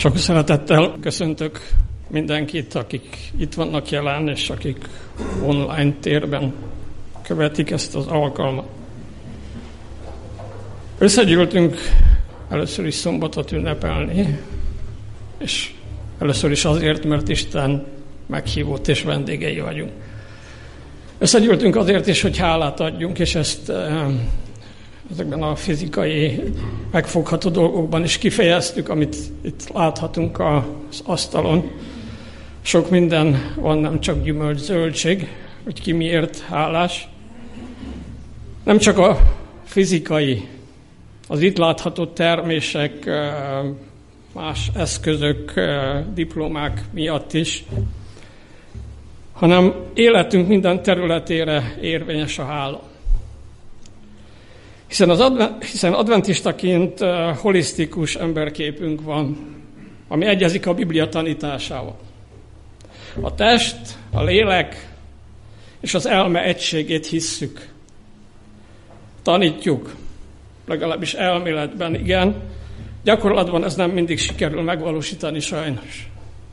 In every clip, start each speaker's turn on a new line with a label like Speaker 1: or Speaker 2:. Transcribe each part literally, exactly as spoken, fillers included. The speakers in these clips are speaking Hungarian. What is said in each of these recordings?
Speaker 1: Sok szeretettel köszöntök mindenkit, akik itt vannak jelen, és akik online térben követik ezt az alkalmat. Összegyűltünk először is szombatot ünnepelni, és először is azért, mert Isten meghívott és vendégei vagyunk. Összegyűltünk azért is, hogy hálát adjunk, és ezt ezekben a fizikai, megfogható dolgokban is kifejeztük, amit itt láthatunk az asztalon. Sok minden van, nem csak gyümölcs, zöldség, hogy ki miért hálás. Nem csak a fizikai, az itt látható termések, más eszközök, diplomák miatt is, hanem életünk minden területére érvényes a hála. Hiszen, az advent, hiszen adventistaként uh, holisztikus emberképünk van, ami egyezik a Biblia tanításával. A test, a lélek és az elme egységét hisszük. Tanítjuk, legalábbis elméletben igen, gyakorlatban ez nem mindig sikerül megvalósítani sajnos.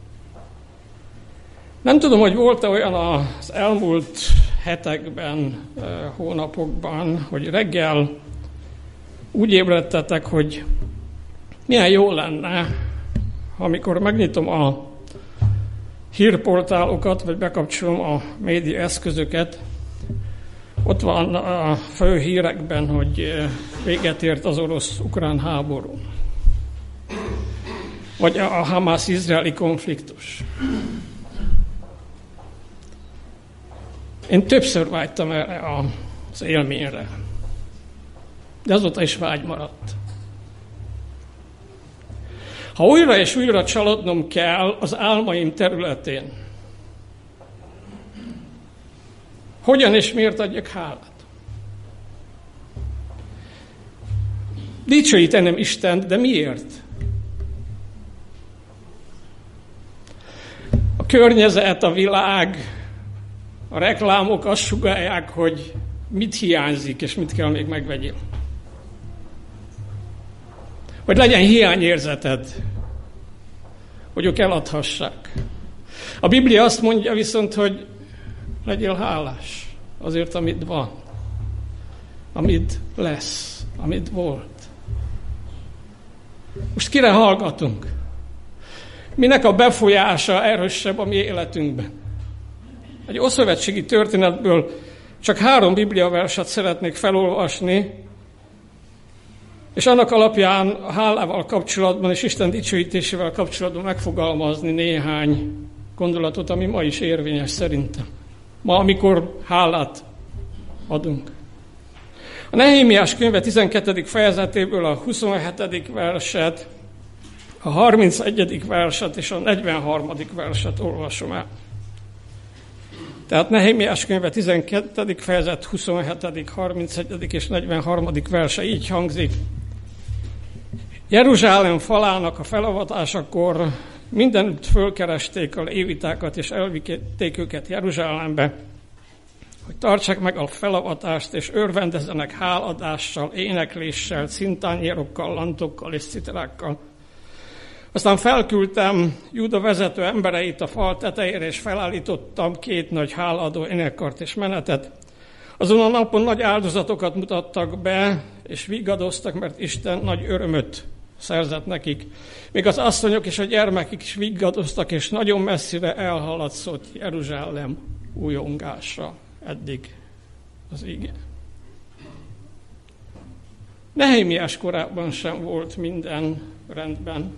Speaker 1: Nem tudom, hogy volt-e olyan az elmúlt hetekben, hónapokban, hogy reggel úgy ébredtetek, hogy milyen jó lenne, amikor megnyitom a hírportálokat, vagy bekapcsolom a média eszközöket. Ott van a fő hírekben, hogy véget ért az orosz-ukrán háború, vagy a Hamász-izraeli konfliktus. Én többször vágytam erre az élményre, de azóta is vágy maradt. Ha újra és újra csalódnom kell az álmaim területén, hogyan és miért adjak hálát? Dicsőítenem Istent, de miért? A környezet, a világ, a reklámok azt sugallják, hogy mit hiányzik, és mit kell még megvegyél. Hogy legyen hiányérzeted, hogy ők eladhassák. A Biblia azt mondja viszont, hogy legyél hálás azért, amit van, amit lesz, amit volt. Most kire hallgatunk? Minek a befolyása erősebb a mi életünkben? Egy ószövetségi történetből csak három bibliaverset szeretnék felolvasni, és annak alapján a hálával kapcsolatban és Isten dicsőítésével kapcsolatban megfogalmazni néhány gondolatot, ami ma is érvényes szerintem. Ma, amikor hálát adunk. A Nehémiás könyve tizenkettedik fejezetéből a huszonhetedik verset, a harmincegyedik verset és a negyvenharmadik verset olvasom el. Tehát Nehémiás könyve tizenkettedik fejezet, huszonhetedik, harmincegyedik és negyvenharmadik verse így hangzik. Jeruzsálem falának a felavatásakor mindenütt fölkeresték a lévitákat, és elvitték őket Jeruzsálembe, hogy tartsák meg a felavatást, és örvendezzenek háladással, énekléssel, cintányérokkal, lantokkal és citerákkal. Aztán felküldtem Júda vezető embereit a fal tetejére, és felállítottam két nagy hálaadó énekkart és menetet. Azon a napon nagy áldozatokat mutattak be, és viggadoztak, mert Isten nagy örömöt szerzett nekik. Még az asszonyok és a gyermekek is viggadoztak, és nagyon messzire elhaladszott Jeruzsálem újongása. Eddig az ige. Nehémiás korában sem volt minden rendben.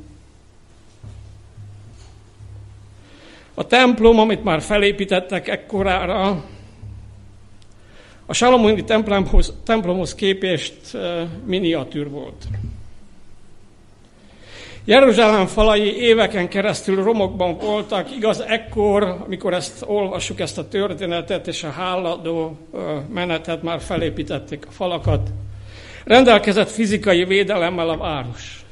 Speaker 1: A templom, amit már felépítettek ekkorára, a salomoni templomhoz, templomhoz képest miniatűr volt. Jeruzsálem falai éveken keresztül romokban voltak, igaz, ekkor, amikor ezt olvassuk, ezt a történetet és a háladó menetet, már felépítették a falakat. Rendelkezett fizikai védelemmel a város.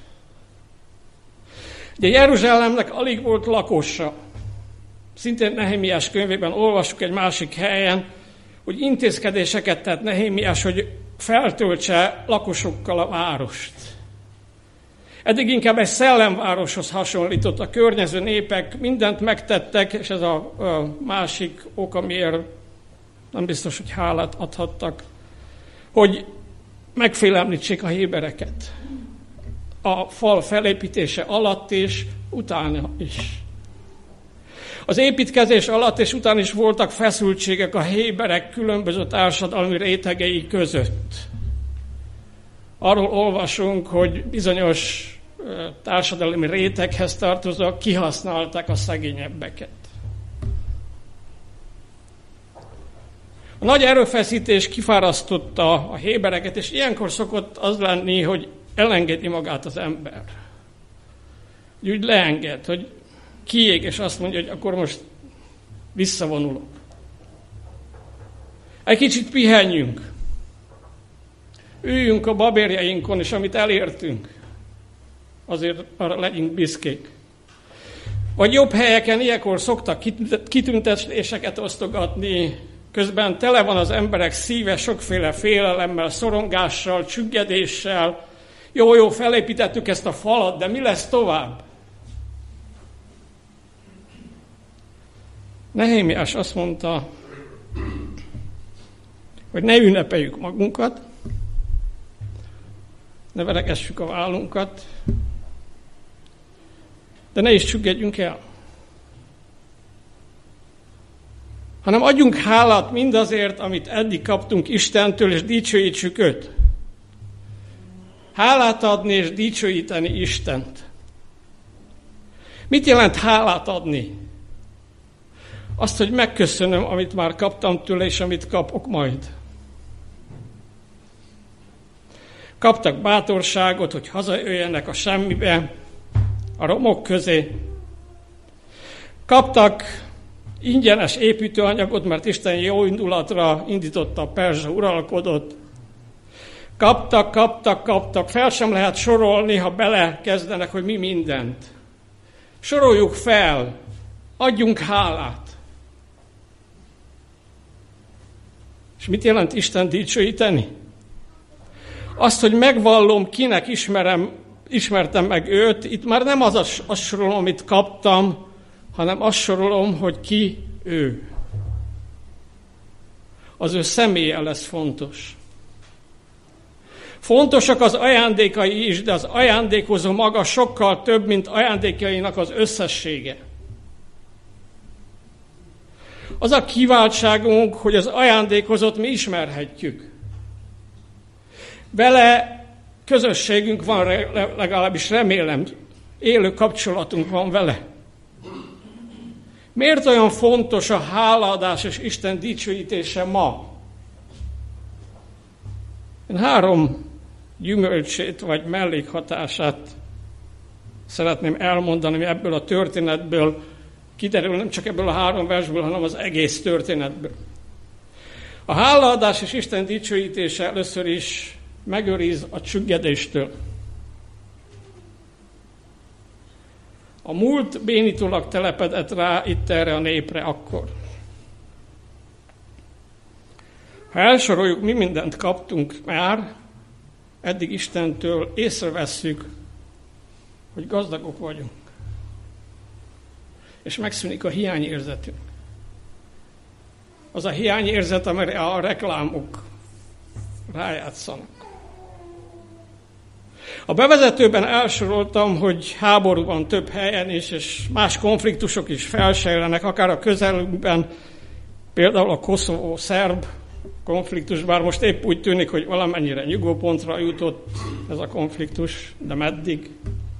Speaker 1: Ugye Jeruzsálemnek alig volt lakosa. Szintén Nehémiás könyvében olvassuk egy másik helyen, hogy intézkedéseket tett Nehémiás, hogy feltöltse lakosokkal a várost. Eddig inkább egy szellemvároshoz hasonlított, a környező népek mindent megtettek, és ez a, a másik ok, amiért nem biztos, hogy hálát adhattak, hogy megfélemlítsék a hébereket. A fal felépítése alatt és utána is. Az építkezés alatt és után is voltak feszültségek a héberek különböző társadalmi rétegei között. Arról olvasunk, hogy bizonyos társadalmi réteghez tartozók kihasználták a szegényebbeket. A nagy erőfeszítés kifárasztotta a hébereket, és ilyenkor szokott az lenni, hogy elengedi magát az ember. Úgy leenged, hogy kiég, és azt mondja, hogy akkor most visszavonulok. Egy kicsit pihenjünk. Üljünk a babérjainkon, és amit elértünk, azért arra legyünk büszkék. Vagy jobb helyeken ilyenkor szoktak kitüntetéseket osztogatni, közben tele van az emberek szíve sokféle félelemmel, szorongással, csüggedéssel. Jó, jó, felépítettük ezt a falat, de mi lesz tovább? Nehémiás azt mondta, hogy ne ünnepeljük magunkat, ne veregessük a vállunkat, de ne is csüggedjünk el. Hanem adjunk hálát mindazért, amit eddig kaptunk Istentől, és dicsőítsük őt. Hálát adni és dicsőíteni Istent. Mit jelent hálát adni? Azt, hogy megköszönöm, amit már kaptam tőle, és amit kapok majd. Kaptak bátorságot, hogy hazajöjjenek a semmibe, a romok közé. Kaptak ingyenes építőanyagot, mert Isten jó indulatra indította a perzsa uralkodót. Kaptak, kaptak, kaptak. Fel sem lehet sorolni, ha belekezdenek, hogy mi mindent. Soroljuk fel, adjunk hálát. És mit jelent Isten dicsőíteni? Azt, hogy megvallom, kinek ismerem, ismertem meg őt, itt már nem az a, azt sorolom, amit kaptam, hanem azt sorolom, hogy ki ő. Az ő személye lesz fontos. Fontosak az ajándékai is, de az ajándékozó maga sokkal több, mint ajándékainak az összessége. Az a kiváltságunk, hogy az ajándékozott mi ismerhetjük. Vele közösségünk van, legalábbis remélem, élő kapcsolatunk van vele. Miért olyan fontos a hálaadás és Isten dicsőítése ma? Én három gyümölcsét vagy mellékhatását szeretném elmondani, ami ebből a történetből kiderül, nem csak ebből a három versből, hanem az egész történetből. A hálaadás és Isten dicsőítése először is megőriz a csüggedéstől. A múlt bénítólag telepedett rá itt erre a népre akkor. Ha elsoroljuk, mi mindent kaptunk már, eddig Istentől, észrevesszük, hogy gazdagok vagyunk. És megszűnik a hiányérzetünk. Az a hiányérzet, amire a reklámok rájátszanak. A bevezetőben elsoroltam, hogy háború van több helyen is, és más konfliktusok is felsejlenek, akár a közelünkben, például a koszovó-szerb konfliktus, bár most épp úgy tűnik, hogy valamennyire nyugodtpontra jutott ez a konfliktus, de meddig?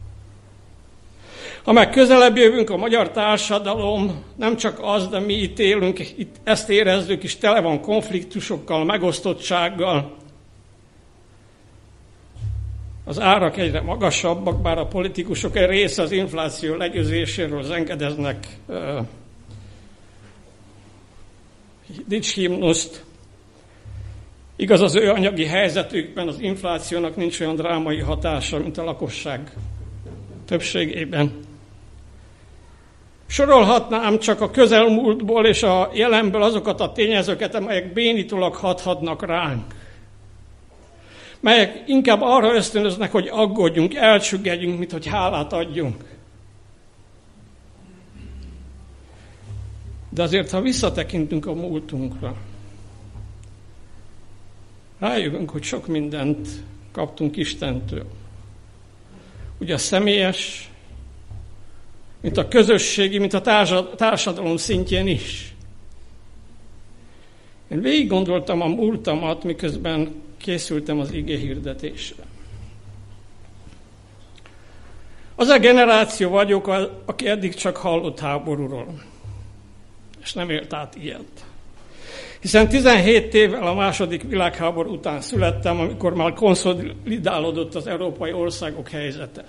Speaker 1: Ha meg közelebb jövünk, a magyar társadalom nem csak az, de mi itt élünk, itt ezt érezzük, és tele van konfliktusokkal, megosztottsággal. Az árak egyre magasabbak, bár a politikusok egy része az infláció legyőzéséről zengedeznek uh, dicshimnuszt. Igaz, az ő anyagi helyzetükben az inflációnak nincs olyan drámai hatása, mint a lakosság többségében. Sorolhatnám csak a közelmúltból és a jelenből azokat a tényezőket, amelyek bénítólag hathatnak ránk. melyek inkább arra ösztönöznek, hogy aggódjunk, elcsüggedjünk, mint hogy hálát adjunk. De azért, ha visszatekintünk a múltunkra, rájövünk, hogy sok mindent kaptunk Istentől. Ugye a személyes, mint a közösségi, mint a társadalom szintjén is. Én végig gondoltam a múltamat, miközben készültem az ige hirdetésre. Az a generáció vagyok, aki eddig csak hallott háborúról, és nem élt át ilyet. Hiszen tizenhét évvel a második világháború után születtem, amikor már konszolidálódott az európai országok helyzete.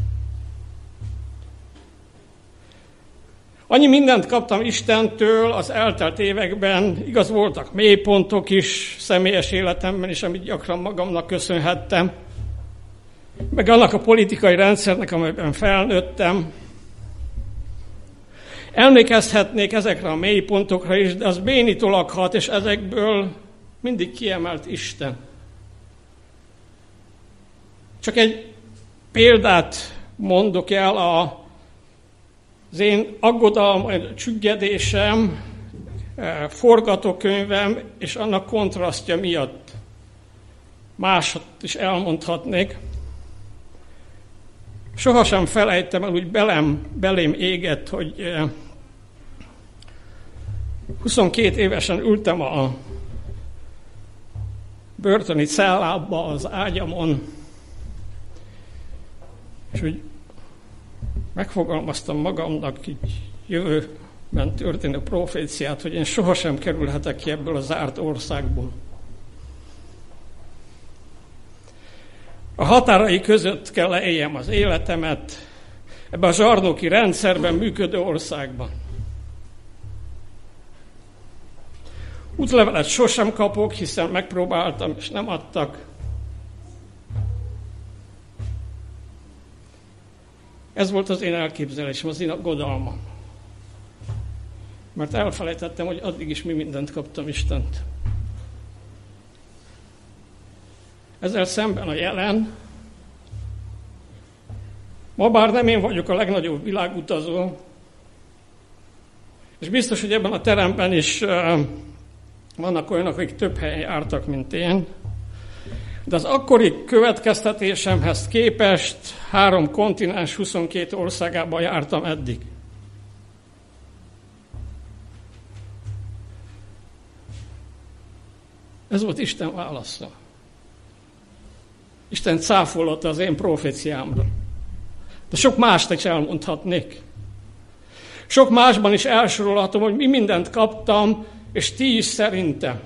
Speaker 1: Annyi mindent kaptam Istentől az eltelt években, igaz, voltak mélypontok is személyes életemben is, amit gyakran magamnak köszönhettem, meg annak a politikai rendszernek, amelyben felnőttem. Emlékezhetnék ezekre a mélypontokra is, de az bénítólag hat, és ezekből mindig kiemelt Isten. Csak egy példát mondok el a az én aggodalom, csüggedésem, forgatókönyvem és annak kontrasztja miatt. Másat is elmondhatnék. Sohasem felejtem el, úgy belem, belém égett, hogy huszonkét évesen ültem a börtöni cellába az ágyamon, és úgy megfogalmaztam magamnak így jövőben történő proféciát, hogy én sohasem kerülhetek ki ebből a zárt országból. A határai között kell leéljem az életemet, ebben a zsarnoki rendszerben működő országban. Útlevelet sosem kapok, hiszen megpróbáltam, és nem adtak. Ez volt az én elképzelésem, az én aggodalmam. Mert elfelejtettem, hogy addig is mi mindent kaptam Istent. Ezzel szemben a jelen. Ma bár nem én vagyok a legnagyobb világutazó, és biztos, hogy ebben a teremben is uh, vannak olyanok, akik több helyen jártak, mint én, de az akkori következtetésemhez képest három kontinens, huszonkét országában jártam eddig. Ez volt Isten válasza. Isten cáfolta az én proféciámra. De sok mást is elmondhatnék. Sok másban is elsorolhatom, hogy mi mindent kaptam, és ti is szerintem.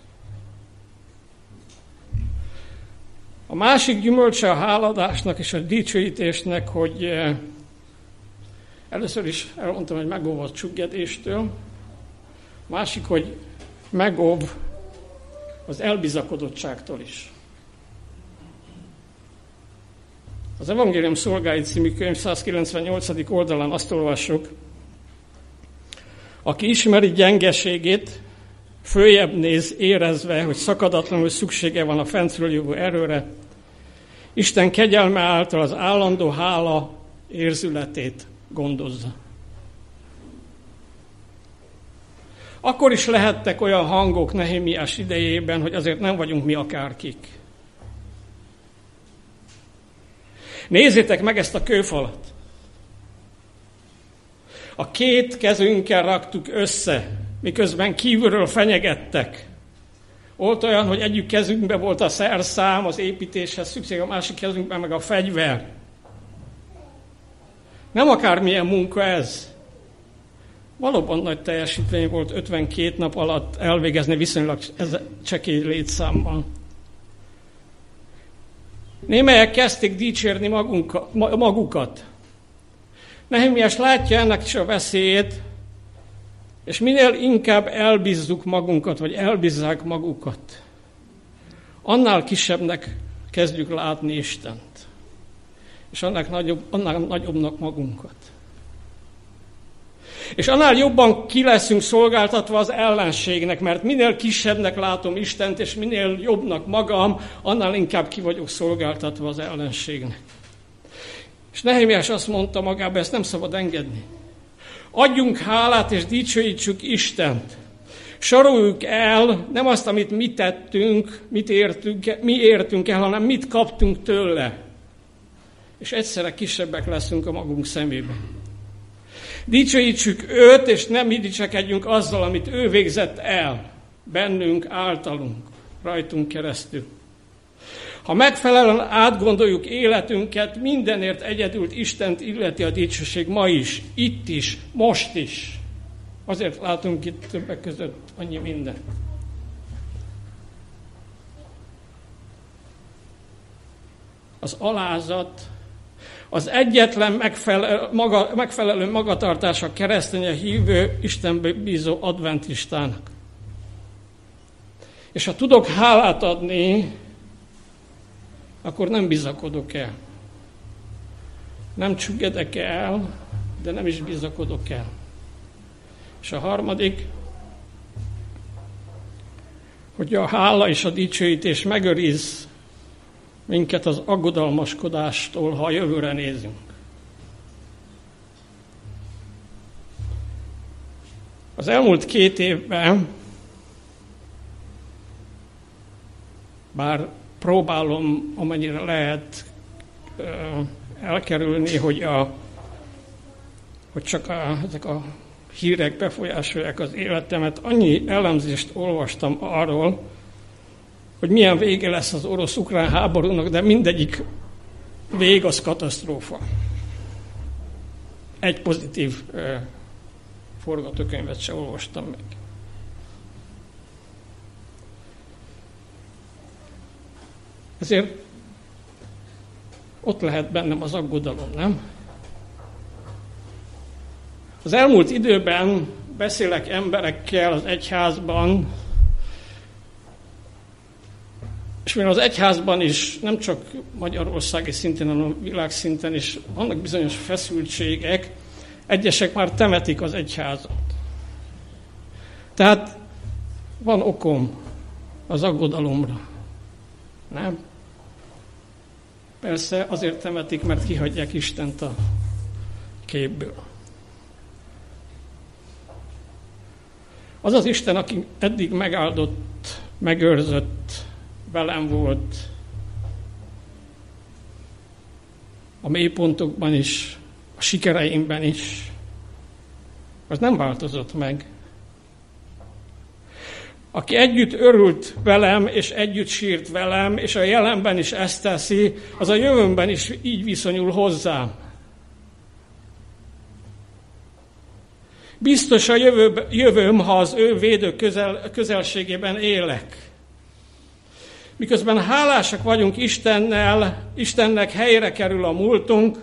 Speaker 1: A másik gyümölcse a háladásnak és a dicsőítésnek, hogy először is elmondtam, hogy megóv a csüggedéstől, a másik, hogy megóv az elbizakodottságtól is. Az Evangélium szolgái című könyv százkilencvennyolcadik oldalán azt olvassuk, aki ismeri gyengeségét, följebb néz, érezve, hogy szakadatlanul szüksége van a fentről jövő erőre, Isten kegyelme által az állandó hála érzületét gondozza. Akkor is lehettek olyan hangok Nehémiás idejében, hogy azért nem vagyunk mi akárkik. Nézzétek meg ezt a kőfalat. A két kezünkkel raktuk össze, miközben kívülről fenyegettek. Volt olyan, hogy egyik kezünkben volt a szerszám, az építéshez szükség, a másik kezünkben meg a fegyver. Nem akármilyen munka ez. Valóban nagy teljesítmény volt ötvenkét nap alatt elvégezni viszonylag csekély létszámmal. Némelyek kezdték dicsérni magunkat, magukat. Nehémiás látja ennek is a veszélyét, és minél inkább elbízzuk magunkat, vagy elbízzák magukat, annál kisebbnek kezdjük látni Istent, és annál, nagyobb, annál nagyobbnak magunkat. És annál jobban ki leszünk szolgáltatva az ellenségnek, mert minél kisebbnek látom Istent, és minél jobbnak magam, annál inkább ki vagyok szolgáltatva az ellenségnek. És Nehemiás azt mondta magába, ezt nem szabad engedni. Adjunk hálát, és dicsőítsük Istent. Soroljuk el nem azt, amit mi tettünk, mit értünk, mi értünk el, hanem mit kaptunk tőle. És egyszerre kisebbek leszünk a magunk szemében. Dicsőítsük őt, és nem mi dicsekedjünk azzal, amit ő végzett el. Bennünk, általunk, rajtunk keresztül. Ha megfelelően átgondoljuk életünket, mindenért egyedül Istent illeti a dicsőség ma is, itt is, most is. Azért látunk itt többek között annyi mindent. Az alázat, az egyetlen megfelelő, maga, megfelelő magatartás a keresztény, a hívő, Istenbe bízó adventistának. És ha tudok hálát adni, akkor nem bizakodok el. Nem csüggedek el, de nem is bizakodok el. És a harmadik, hogy a hála és a dicsőítés megőriz minket az aggodalmaskodástól, ha a jövőre nézünk. Az elmúlt két évben, bár próbálom, amennyire lehet elkerülni, hogy, a, hogy csak a, ezek a hírek befolyásolják az életemet, annyi elemzést olvastam arról, hogy milyen vége lesz az orosz-ukrán háborúnak, de mindegyik vég az katasztrófa. Egy pozitív uh, forgatókönyvet sem olvastam meg. Ezért ott lehet bennem az aggodalom, nem? Az elmúlt időben beszélek emberekkel az egyházban, és mivel az egyházban is, nem csak magyarországi szinten, hanem világszinten is vannak bizonyos feszültségek, egyesek már temetik az egyházat. Tehát van okom az aggodalomra. Nem? Persze azért temetik, mert kihagyják Istent a képből. Az az Isten, aki eddig megáldott, megőrzött, velem volt a mélypontokban is, a sikereimben is, az nem változott meg. Aki együtt örült velem, és együtt sírt velem, és a jelenben is ezt teszi, az a jövőmben is így viszonyul hozzám. Biztos a jövő, jövőm, ha az ő védő közel, közelségében élek. Miközben hálásak vagyunk Istennel, Istennek helyre kerül a múltunk,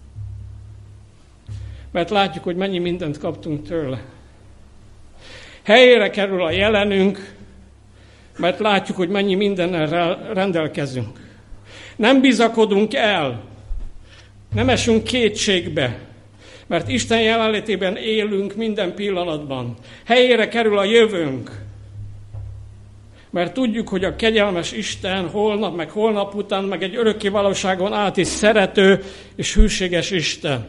Speaker 1: mert látjuk, hogy mennyi mindent kaptunk tőle. Helyre kerül a jelenünk, mert látjuk, hogy mennyi mindennel rendelkezünk. Nem bizakodunk el, nem esünk kétségbe, mert Isten jelenlétében élünk minden pillanatban. Helyére kerül a jövőnk, mert tudjuk, hogy a kegyelmes Isten holnap, meg holnap után, meg egy örökké valóságon át is szerető és hűséges Isten.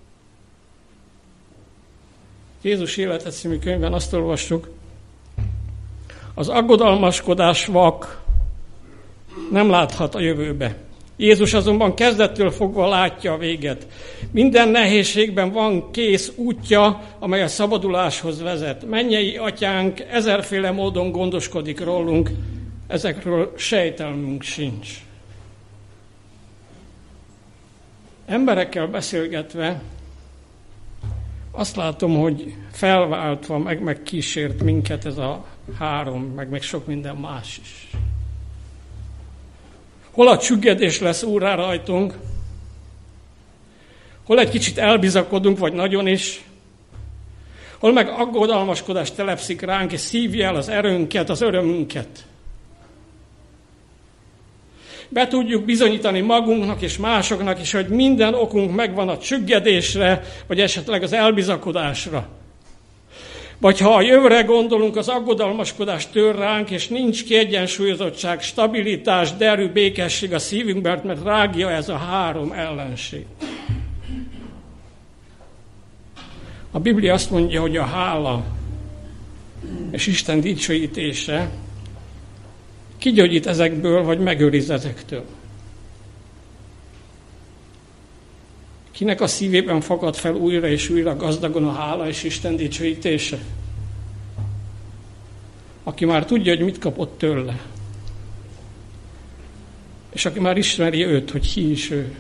Speaker 1: Jézus Élete című könyvben azt olvassuk, az aggodalmaskodás vak nem láthat a jövőbe. Jézus azonban kezdettől fogva látja a véget. Minden nehézségben van kész útja, amely a szabaduláshoz vezet. Mennyei atyánk ezerféle módon gondoskodik rólunk, ezekről sejtelmünk sincs. Emberekkel beszélgetve azt látom, hogy felváltva, meg, meg kísért minket ez a három, meg még sok minden más is. Hol a csüggedés lesz úrrá rajtunk, hol egy kicsit elbizakodunk, vagy nagyon is, hol meg aggodalmaskodás telepszik ránk, és szívja el az erőnket, az örömünket. Be tudjuk bizonyítani magunknak és másoknak is, hogy minden okunk megvan a csüggedésre, vagy esetleg az elbizakodásra. Vagy ha a jövőre gondolunk, az aggodalmaskodás tör ránk, és nincs kiegyensúlyozottság, stabilitás, derű, békesség a szívünkben, mert rágja ez a három ellenség. A Biblia azt mondja, hogy a hála és Isten dicsőítése kigyógyít ezekből, vagy megőriz ezektől. Kinek a szívében fakad fel újra és újra gazdagon a hála és Isten dicsőítése? Aki már tudja, hogy mit kapott tőle. És aki már ismeri őt, hogy ki is ő.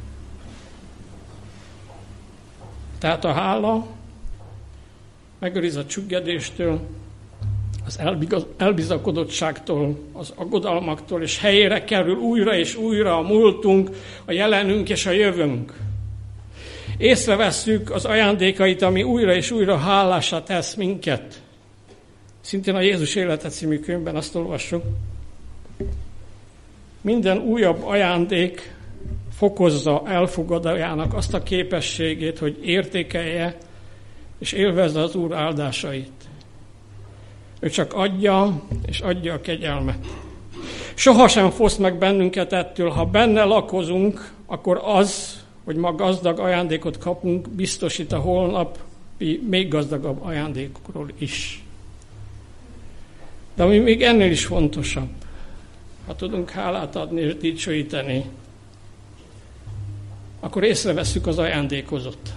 Speaker 1: Tehát a hála megőriz a csüggedéstől, az elbizakodottságtól, az aggodalmaktól, és helyére kerül újra és újra a múltunk, a jelenünk és a jövőnk. Észrevesszük az ajándékait, ami újra és újra hálásá tesz minket. Szintén a Jézus élete című könyvben azt olvassuk. Minden újabb ajándék fokozza elfogadójának azt a képességét, hogy értékelje és élvezze az Úr áldásait. Ő csak adja, és adja a kegyelmet. Sohasem foszt meg bennünket ettől, ha benne lakozunk, akkor az, hogy ma gazdag ajándékot kapunk, biztosít a holnapi még gazdagabb ajándékokról is. De ami még ennél is fontosabb, ha tudunk hálát adni és dicsőíteni, akkor észrevesszük az ajándékozót,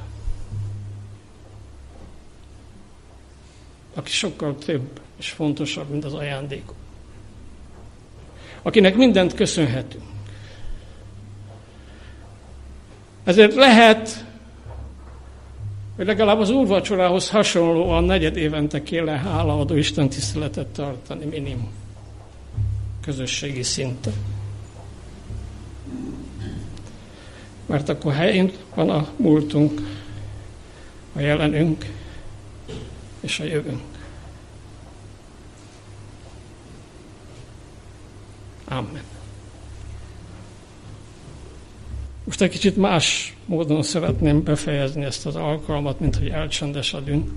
Speaker 1: aki sokkal több és fontosabb, mint az ajándékok. Akinek mindent köszönhetünk. Ezért lehet, hogy legalább az úrvacsorához hasonlóan negyed évente kéne hálaadó Isten tiszteletet tartani, minimum. Közösségi szinten. Mert akkor helyén van a múltunk, a jelenünk és a jövőnk. Amen. Most egy kicsit más módon szeretném befejezni ezt az alkalmat, mint hogy elcsendesedünk.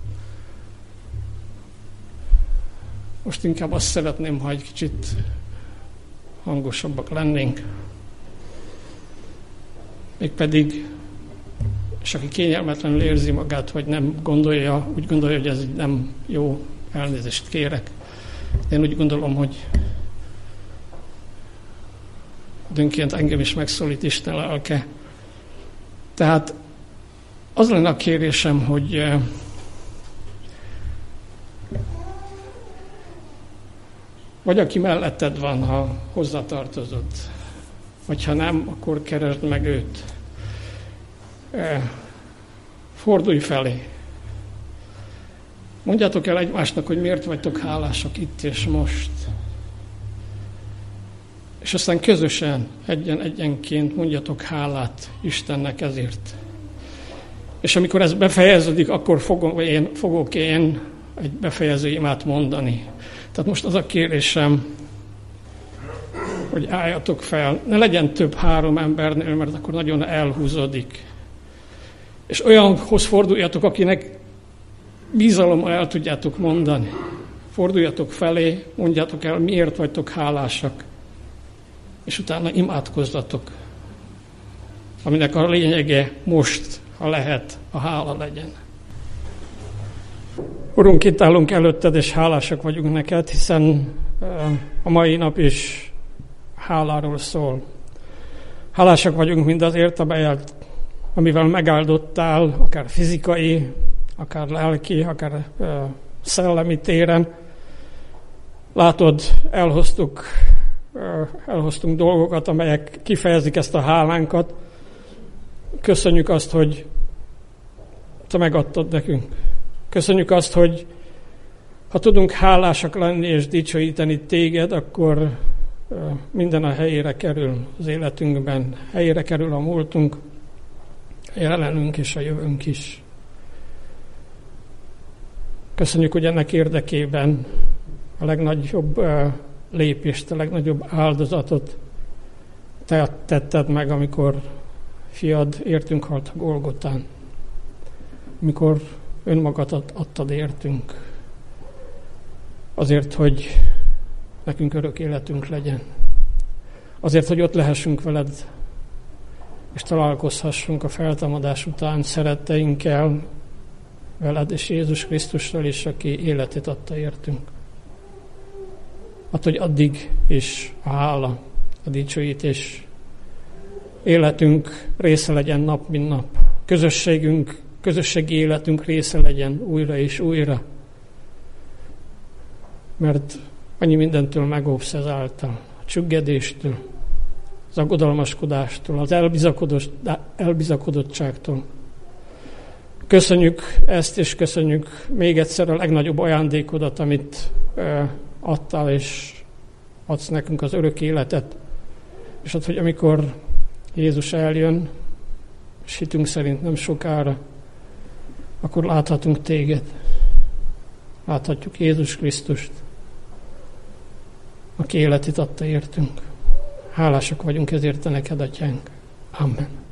Speaker 1: Most inkább azt szeretném, ha egy kicsit hangosabbak lennénk. Mégpedig, és aki kényelmetlenül érzi magát, vagy nem gondolja, úgy gondolja, hogy ez így nem jó, elnézést kérek. De én úgy gondolom, hogy időnként engem is megszólít Isten lelke. Tehát az lenne a kérésem, hogy vagy aki melletted van, ha hozzátartozod, vagy ha nem, akkor keresd meg őt. Fordulj felé. Mondjátok el egymásnak, hogy miért vagytok hálásak itt és most. És aztán közösen, egyen-egyenként mondjatok hálát Istennek ezért. És amikor ez befejeződik, akkor fogom, én, fogok én egy befejező imát mondani. Tehát most az a kérésem, hogy álljatok fel. Ne legyen több három embernél, mert akkor nagyon elhúzódik. És olyanhoz forduljatok, akinek bizalommal el tudjátok mondani. Forduljatok felé, mondjátok el, miért vagytok hálásak. És utána imádkozzatok, aminek a lényege most, ha lehet, a hála legyen. Urunk, itt állunk előtted, és hálásak vagyunk neked, hiszen a mai nap is háláról szól. Hálásak vagyunk mindazért, amelyet, amivel megáldottál, akár fizikai, akár lelki, akár szellemi téren. Látod, elhoztuk elhoztunk dolgokat, amelyek kifejezik ezt a hálánkat. Köszönjük azt, hogy te megadtad nekünk. Köszönjük azt, hogy ha tudunk hálásak lenni és dicsőíteni téged, akkor minden a helyére kerül az életünkben. Helyére kerül a múltunk, a jelenünk és a jövőnk is. Köszönjük, hogy ennek érdekében a legnagyobb lépést, a legnagyobb áldozatot te tetted meg, amikor fiad értünk halt a Golgotán. Amikor önmagadat adtad értünk. Azért, hogy nekünk örök életünk legyen. Azért, hogy ott lehessünk veled, és találkozhassunk a feltámadás után szeretteinkkel, veled és Jézus Krisztussal is, aki életét adta értünk. Hát, hogy addig is a hála, a dicsőítés életünk része legyen nap, mint nap. Közösségünk, közösségi életünk része legyen újra és újra. Mert annyi mindentől megóvsz ezáltal. A csüggedéstől, az aggodalmaskodástól, az elbizakodottságtól. Köszönjük ezt, és köszönjük még egyszer a legnagyobb ajándékodat, amit adtál, és adsz nekünk, az örök életet. És hát, hogy amikor Jézus eljön, és hitünk szerint nem sokára, akkor láthatunk téged. Láthatjuk Jézus Krisztust, aki életét adta értünk. Hálásak vagyunk ezért a neked, Atyánk. Amen.